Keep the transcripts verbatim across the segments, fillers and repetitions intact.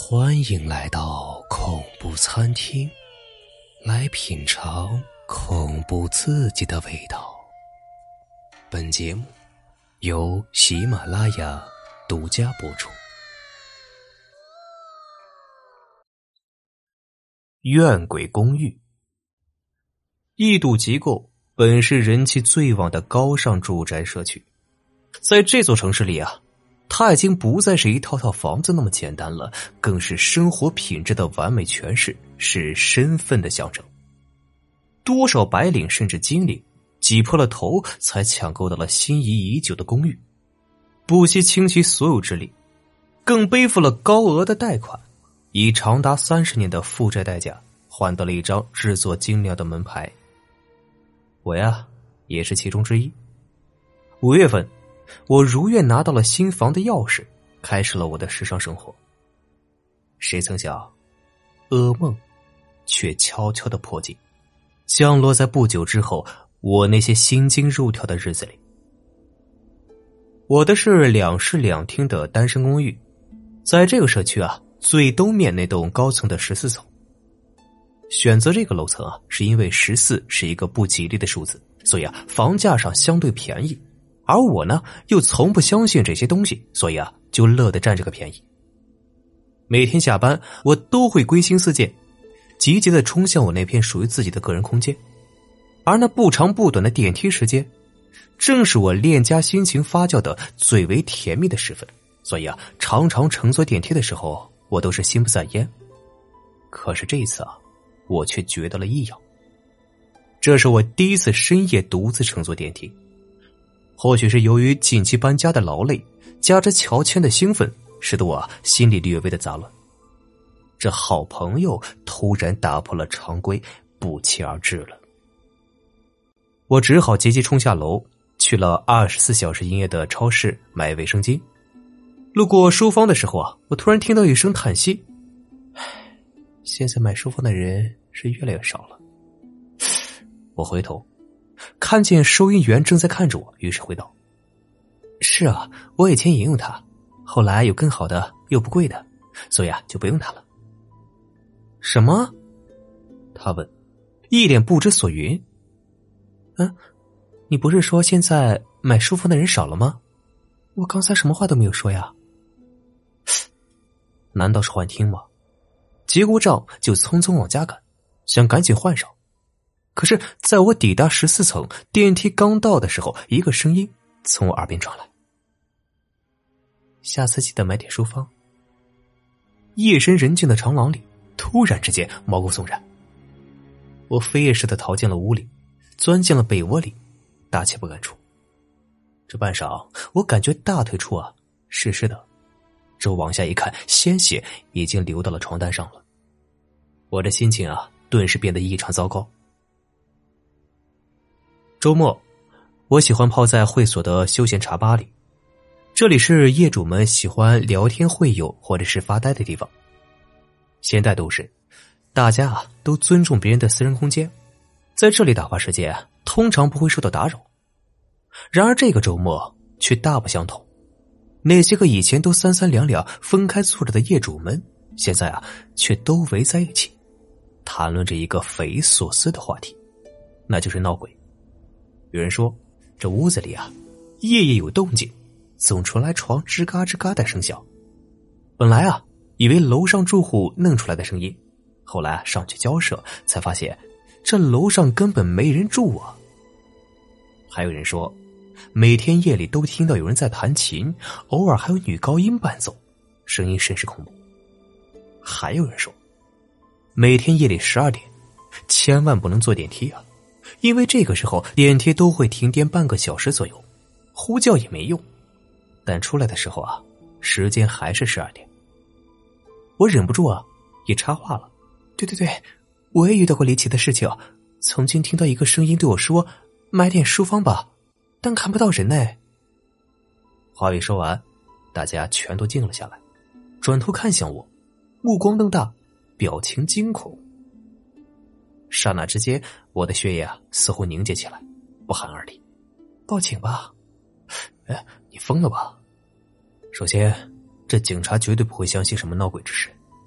欢迎来到恐怖餐厅，来品尝恐怖刺激的味道。本节目由喜马拉雅独家播出。怨鬼公寓，异度极构本是人气最旺的高尚住宅社区，在这座城市里啊，它已经不再是一套套房子那么简单了，更是生活品质的完美诠释，是身份的象征。多少白领甚至金领挤破了头才抢购到了心仪已久的公寓，不惜倾其所有之力，更背负了高额的贷款，以长达三十年的负债代价换得了一张制作精良的门牌。我呀，也是其中之一。五月份我如愿拿到了新房的钥匙，开始了我的时尚生活。谁曾想，噩梦却悄悄地迫近，降落在不久之后我那些心惊肉跳的日子里。我的是两室两厅的单身公寓，在这个社区啊，最东面那栋高层的十四层。选择这个楼层啊，是因为十四是一个不吉利的数字，所以啊，房价上相对便宜。而我呢，又从不相信这些东西，所以啊，就乐得占这个便宜。每天下班，我都会归心似箭，积极地冲向我那片属于自己的个人空间。而那不长不短的电梯时间，正是我恋家心情发酵的最为甜蜜的时分，所以啊，常常乘坐电梯的时候，我都是心不在焉。可是这一次啊，我却觉得了异样。这是我第一次深夜独自乘坐电梯。或许是由于近期搬家的劳累，加之乔迁的兴奋，使得我啊心里略微的杂乱。这好朋友突然打破了常规，不期而至了。我只好急急冲下楼，去了二十四小时营业的超市买卫生巾。路过书坊的时候啊，我突然听到一声叹息。唉，现在买书坊的人是越来越少了。我回头看见收银员正在看着我，于是回道：是啊，我以前也用它，后来有更好的又不贵的，所以啊就不用它了。什么？他问，一脸不知所云。嗯，你不是说现在买书坊的人少了吗？我刚才什么话都没有说呀。难道是幻听吗？结过账就匆匆往家赶，想赶紧换上。可是在我抵达十四层，电梯刚到的时候，一个声音从我耳边传来：下次记得买点书坊。夜深人静的长廊里，突然之间毛骨悚然。我飞也似的逃进了屋里，钻进了被窝里，大气不敢出。这半晌，我感觉大腿处啊湿湿的，这往下一看，鲜血已经流到了床单上了。我的心情啊顿时变得异常糟糕。周末，我喜欢泡在会所的休闲茶吧里，这里是业主们喜欢聊天会友或者是发呆的地方。现代都市，大家啊都尊重别人的私人空间，在这里打发时间啊，通常不会受到打扰。然而这个周末却大不相同，那些个以前都三三两两分开坐着的业主们，现在啊却都围在一起，谈论着一个匪夷所思的话题，那就是闹鬼。有人说，这屋子里啊，夜夜有动静，总传来床吱嘎吱嘎的声响。本来啊，以为楼上住户弄出来的声音，后来啊上去交涉，才发现这楼上根本没人住啊。还有人说，每天夜里都听到有人在弹琴，偶尔还有女高音伴奏，声音甚是恐怖。还有人说，每天夜里十二点，千万不能坐电梯啊。因为这个时候电梯都会停电半个小时左右，呼叫也没用，但出来的时候啊，时间还是十二点。我忍不住啊，也插话了：对对对，我也遇到过离奇的事情，曾经听到一个声音对我说：买点书坊吧，但看不到人呢。话未说完，大家全都静了下来，转头看向我，目光瞪大，表情惊恐。刹那之间，我的血液啊似乎凝结起来，不寒而栗。报警吧！哎，你疯了吧？首先，这警察绝对不会相信什么闹鬼之事，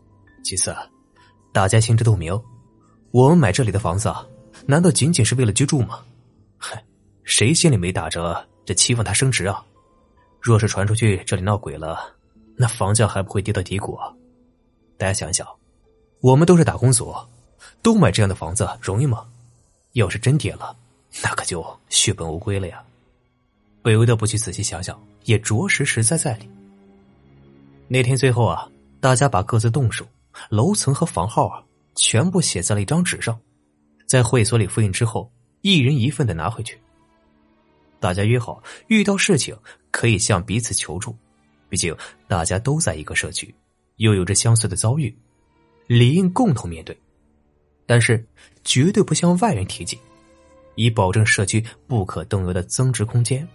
其次，大家心知肚明，我们买这里的房子啊，难道仅仅是为了居住吗？嗨，谁心里没打着这期望它升值啊？若是传出去这里闹鬼了，那房价还不会跌到低谷啊？大家想一想，我们都是打工族，都买这样的房子容易吗？要是真跌了，那可就血本无归了呀。不由得不去仔细想想，也着实实在在理。那天最后啊，大家把各自栋数、楼层和房号啊，全部写在了一张纸上，在会所里复印之后，一人一份的拿回去。大家约好，遇到事情可以向彼此求助，毕竟大家都在一个社区，又有着相似的遭遇，理应共同面对。但是绝对不向外人提及，以保证社区不可动摇的增值空间。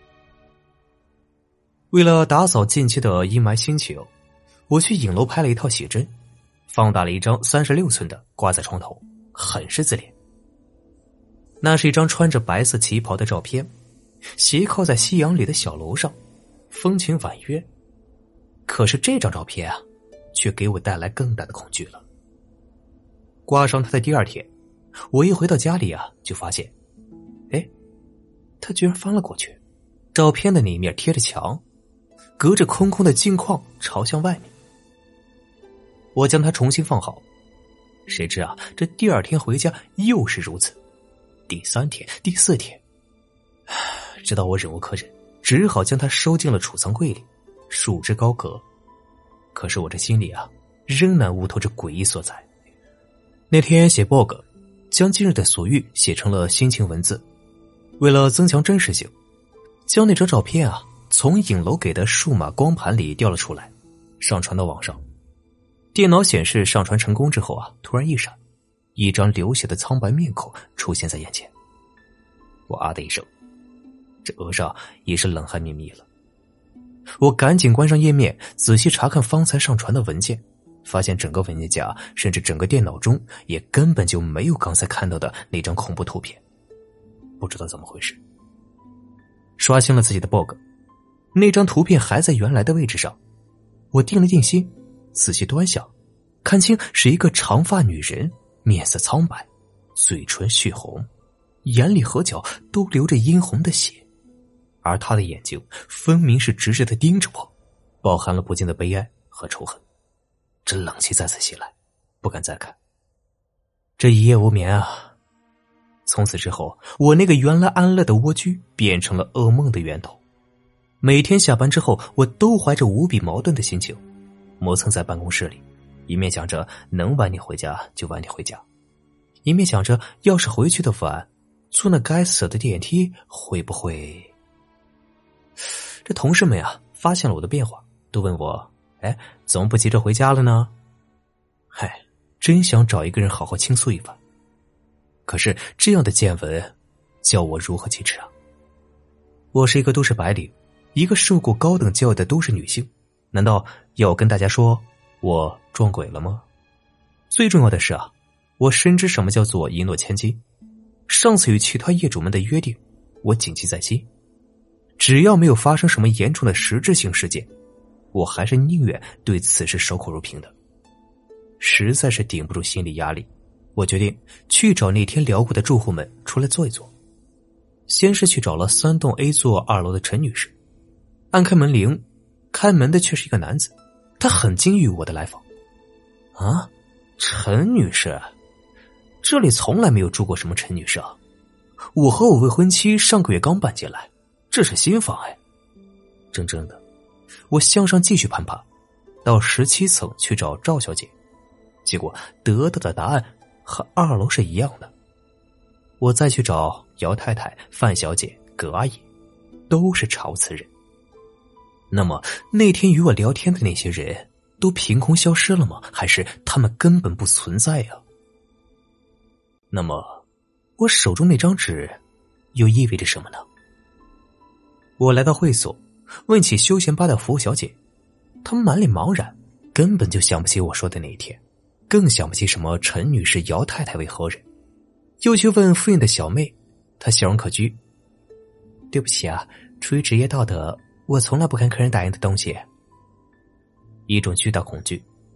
为了打扫近期的阴霾心情，我去影楼拍了一套写真，放大了一张三十六寸的挂在床头，很是自恋。那是一张穿着白色旗袍的照片，斜靠在夕阳里的小楼上，风情婉约。可是这张照片啊，却给我带来更大的恐惧了。挂上它的第二天，我一回到家里啊，就发现，哎，它居然翻了过去，照片的那一面贴着墙，隔着空空的镜框朝向外面。我将它重新放好，谁知啊，这第二天回家又是如此，第三天、第四天，直到我忍无可忍，只好将它收进了储藏柜里，束之高阁。可是我这心里啊，仍然悟透着诡异所在。那天写 blog， 将今日的所遇写成了心情文字。为了增强真实性，将那张照片啊，从影楼给的数码光盘里调了出来，上传到网上。电脑显示上传成功之后啊，突然一闪，一张流血的苍白面孔出现在眼前。我啊的一声，这额上也是冷汗密密了。我赶紧关上页面，仔细查看方才上传的文件，发现整个文件夹甚至整个电脑中也根本就没有刚才看到的那张恐怖图片。不知道怎么回事，刷新了自己的 blog， 那张图片还在原来的位置上。我定了定心，仔细端详，看清是一个长发女人，面色苍白，嘴唇血红，眼里合角都流着殷红的血，而她的眼睛分明是直直地盯着我，饱含了不尽的悲哀和仇恨。这冷气再次袭来，不敢再看。这一夜无眠啊！从此之后，我那个原来安乐的蜗居变成了噩梦的源头。每天下班之后，我都怀着无比矛盾的心情，磨蹭在办公室里，一面想着能晚点回家就晚点回家，一面想着要是回去的晚，坐那该死的电梯会不会……这同事们啊，发现了我的变化，都问我：“哎，怎么不急着回家了呢？”嗨，真想找一个人好好倾诉一番。可是这样的见闻，叫我如何启齿啊？我是一个都市白领，一个受过高等教育的都市女性，难道要我跟大家说我撞鬼了吗？最重要的是啊，我深知什么叫做一诺千金。上次与其他业主们的约定，我谨记在心。只要没有发生什么严重的实质性事件，我还是宁愿对此事守口如瓶的。实在是顶不住心理压力，我决定去找那天聊过的住户们出来坐一坐。先是去找了三栋 A 座二楼的陈女士，按开门铃，开门的却是一个男子，他很惊异我的来访。啊，陈女士，这里从来没有住过什么陈女士啊！我和我未婚妻上个月刚搬进来，这是新房哎。怔怔的，我向上继续攀爬，到十七层去找赵小姐，结果得到的答案和二楼是一样的。我再去找姚太太、范小姐、葛阿姨，都是查无此人。那么那天与我聊天的那些人都凭空消失了吗？还是他们根本不存在啊？那么我手中那张纸又意味着什么呢？我来到会所，问起休闲吧的服务小姐，她满脸茫然，根本就想不起我说的那一天，更想不起什么陈女士、姚太太为何人。又去问复印的小妹，她笑容可掬，对不起啊，出于职业道德，我从来不看客人打印的东西。一种巨大恐惧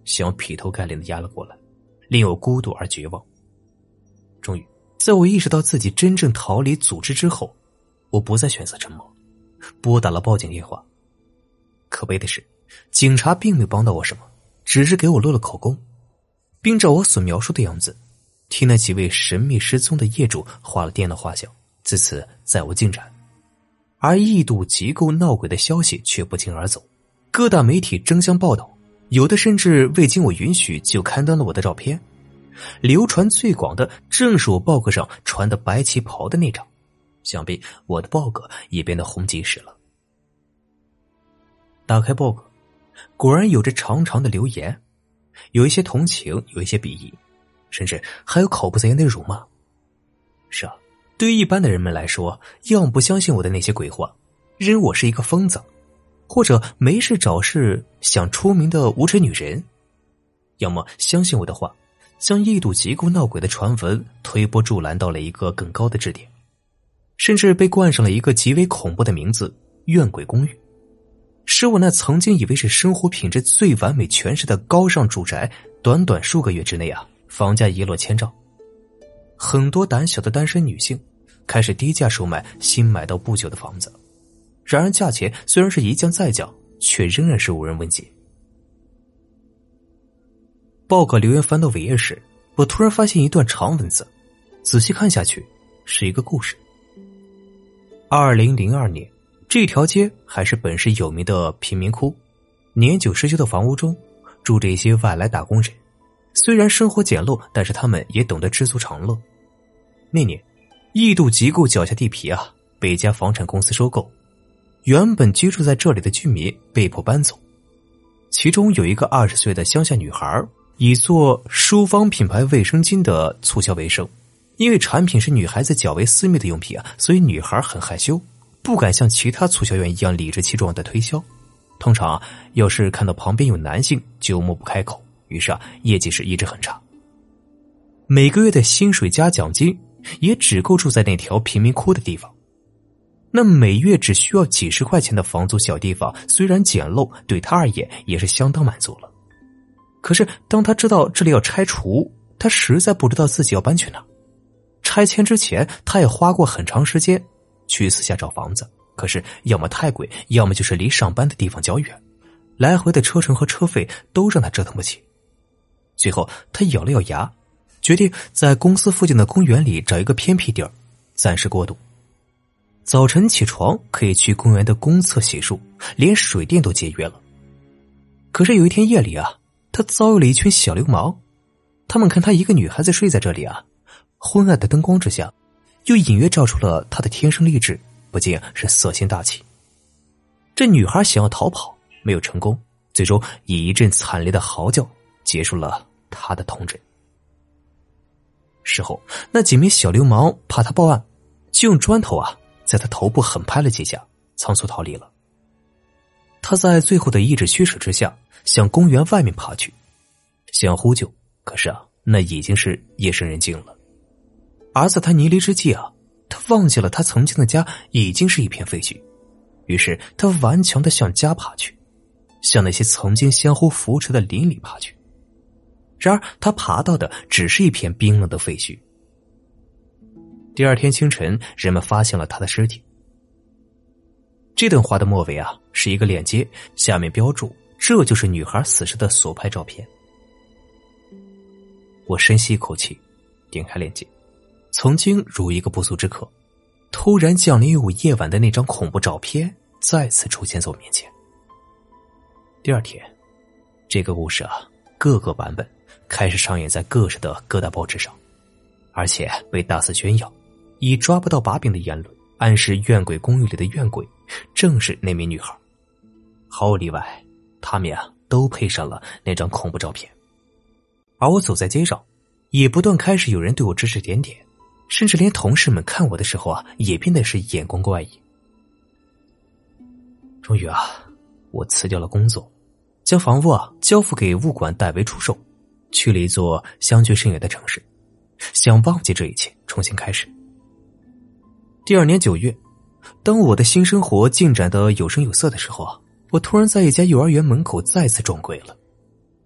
想要劈头盖脸的压了过来，令我孤独而绝望。终于，在我意识到自己真正逃离组织之后，我不再选择沉默，拨打了报警电话。可悲的是，警察并没有帮到我什么，只是给我录了口供，并照我所描述的样子替那几位神秘失踪的业主画了电脑画像，自此再无进展。而异度机构闹鬼的消息却不胫而走，各大媒体争相报道，有的甚至未经我允许就刊登了我的照片。流传最广的正是我报告上传的白旗袍的那张，想必我的报告也变得红极一时了。打开报告，果然有着长长的留言，有一些同情，有一些鄙夷，甚至还有口不择言的辱骂。是啊，对于一般的人们来说，要么不相信我的那些鬼话，认为我是一个疯子，或者没事找事想出名的无耻女人，要么相信我的话，将异度机构闹鬼的传闻推波助澜到了一个更高的支点，甚至被冠上了一个极为恐怖的名字——怨鬼公寓，使我那曾经以为是生活品质最完美诠释的高尚住宅，短短数个月之内啊，房价一落千丈。很多胆小的单身女性开始低价售卖新买到不久的房子，然而价钱虽然是一降再降，却仍然是无人问津。报告留言翻到尾页时，我突然发现一段长文字，仔细看下去是一个故事。二零零二年，这条街还是本市有名的贫民窟，年久失修的房屋中住着一些外来打工人，虽然生活简陋，但是他们也懂得知足常乐。那年，异度机构脚下地皮啊被一家房产公司收购，原本居住在这里的居民被迫搬走，其中有一个二十岁的乡下女孩，以做淑芳品牌卫生巾的促销为生。因为产品是女孩子较为私密的用品啊，所以女孩很害羞，不敢像其他促销员一样理直气壮的推销。通常啊，要是看到旁边有男性就默不开口，于是啊，业绩是一直很差。每个月的薪水加奖金也只够住在那条贫民窟的地方。那每月只需要几十块钱的房租小地方，虽然简陋，对他而言也是相当满足了。可是当他知道这里要拆除，他实在不知道自己要搬去哪。拆迁之前，他也花过很长时间去私下找房子，可是要么太贵，要么就是离上班的地方较远，来回的车程和车费都让他折腾不起。最后他咬了咬牙，决定在公司附近的公园里找一个偏僻地儿暂时过渡。早晨起床可以去公园的公厕洗漱，连水电都节约了。可是有一天夜里啊，他遭遇了一群小流氓，他们看他一个女孩子睡在这里啊，昏暗的灯光之下，又隐约照出了她的天生丽质，不禁是色心大起。这女孩想要逃跑，没有成功，最终以一阵惨烈的嚎叫结束了她的童真。事后，那几名小流氓怕她报案，就用砖头啊在她头部狠拍了几下，仓促逃离了。她在最后的意志驱使之下，向公园外面爬去，想要呼救，可是啊，那已经是夜深人静了。而在他离离之际啊，他忘记了他曾经的家已经是一片废墟，于是他顽强地向家爬去，向那些曾经相互扶持的邻里爬去。然而他爬到的只是一片冰冷的废墟。第二天清晨，人们发现了他的尸体。这段话的末尾啊是一个链接，下面标注这就是女孩死时的所拍照片。我深吸一口气，点开链接，曾经如一个不速之客，突然降临于我夜晚的那张恐怖照片再次出现在我面前。第二天，这个故事啊各个版本开始上演在各市的各大报纸上，而且被大肆宣扬，以抓不到把柄的言论暗示怨鬼公寓里的怨鬼正是那名女孩。毫无例外，他们啊都配上了那张恐怖照片。而我走在街上，也不断开始有人对我指指点点，甚至连同事们看我的时候啊也变得是眼光怪异。终于啊，我辞掉了工作，将房屋啊交付给物管代为出售，去了一座相距甚远的城市，想忘记这一切，重新开始。第二年九月，当我的新生活进展得有声有色的时候啊，我突然在一家幼儿园门口再次撞鬼了。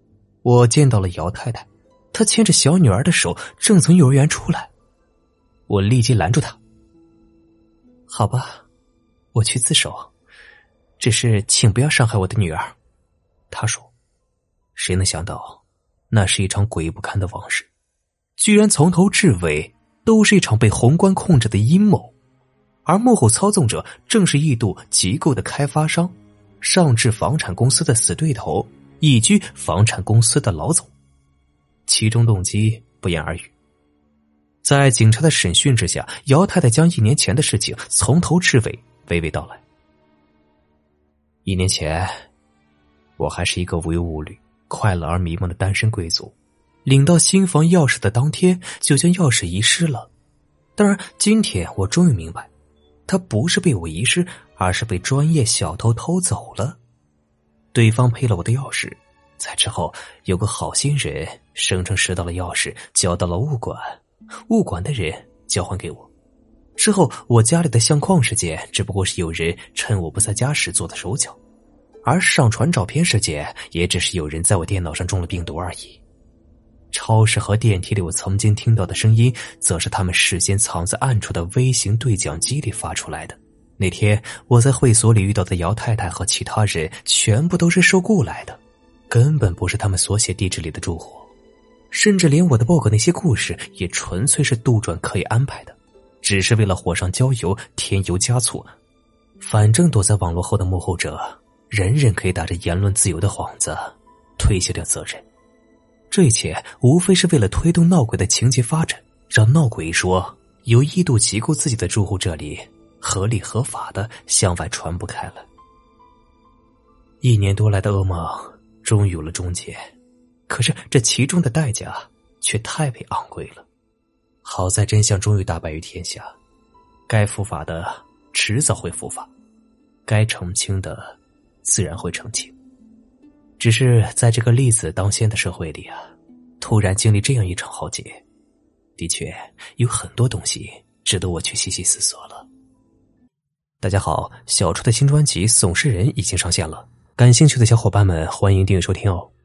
我见到了姚太太，她牵着小女儿的手正从幼儿园出来。我立即拦住她。好吧，我去自首，只是请不要伤害我的女儿。她说。谁能想到，那是一场诡不堪的往事，居然从头至尾都是一场被宏观控制的阴谋，而幕后操纵者正是异度机构的开发商，上至房产公司的死对头，以居房产公司的老总，其中动机不言而喻。在警察的审讯之下，姚太太将一年前的事情从头至尾娓娓道来。一年前，我还是一个无忧无虑、快乐而迷茫的单身贵族，领到新房钥匙的当天就将钥匙遗失了。当然，今天我终于明白，它不是被我遗失，而是被专业小偷偷走了。对方配了我的钥匙，在之后有个好心人声称拾到了钥匙，交到了物管，物管的人交还给我。之后我家里的相框事件只不过是有人趁我不在家时做的手脚，而上传照片事件也只是有人在我电脑上中了病毒而已。超市和电梯里我曾经听到的声音，则是他们事先藏在暗处的微型对讲机里发出来的。那天我在会所里遇到的姚太太和其他人全部都是受雇来的，根本不是他们所写地址里的住户，甚至连我的报告那些故事也纯粹是杜撰可以安排的，只是为了火上浇油，添油加醋。反正躲在网络后的幕后者，人人可以打着言论自由的幌子推卸掉责任。这一切无非是为了推动闹鬼的情节发展，让闹鬼说由异度机构自己的住户这里合理合法的向外传播开来。一年多来的噩梦终于有了终结，可是这其中的代价却太为昂贵了。好在真相终于大白于天下，该伏法的迟早会伏法，该澄清的自然会澄清。只是在这个粒子当先的社会里啊，突然经历这样一场浩劫，的确有很多东西值得我去细细思索了。大家好，小初的新专辑《总是人》已经上线了，感兴趣的小伙伴们欢迎订阅收听哦。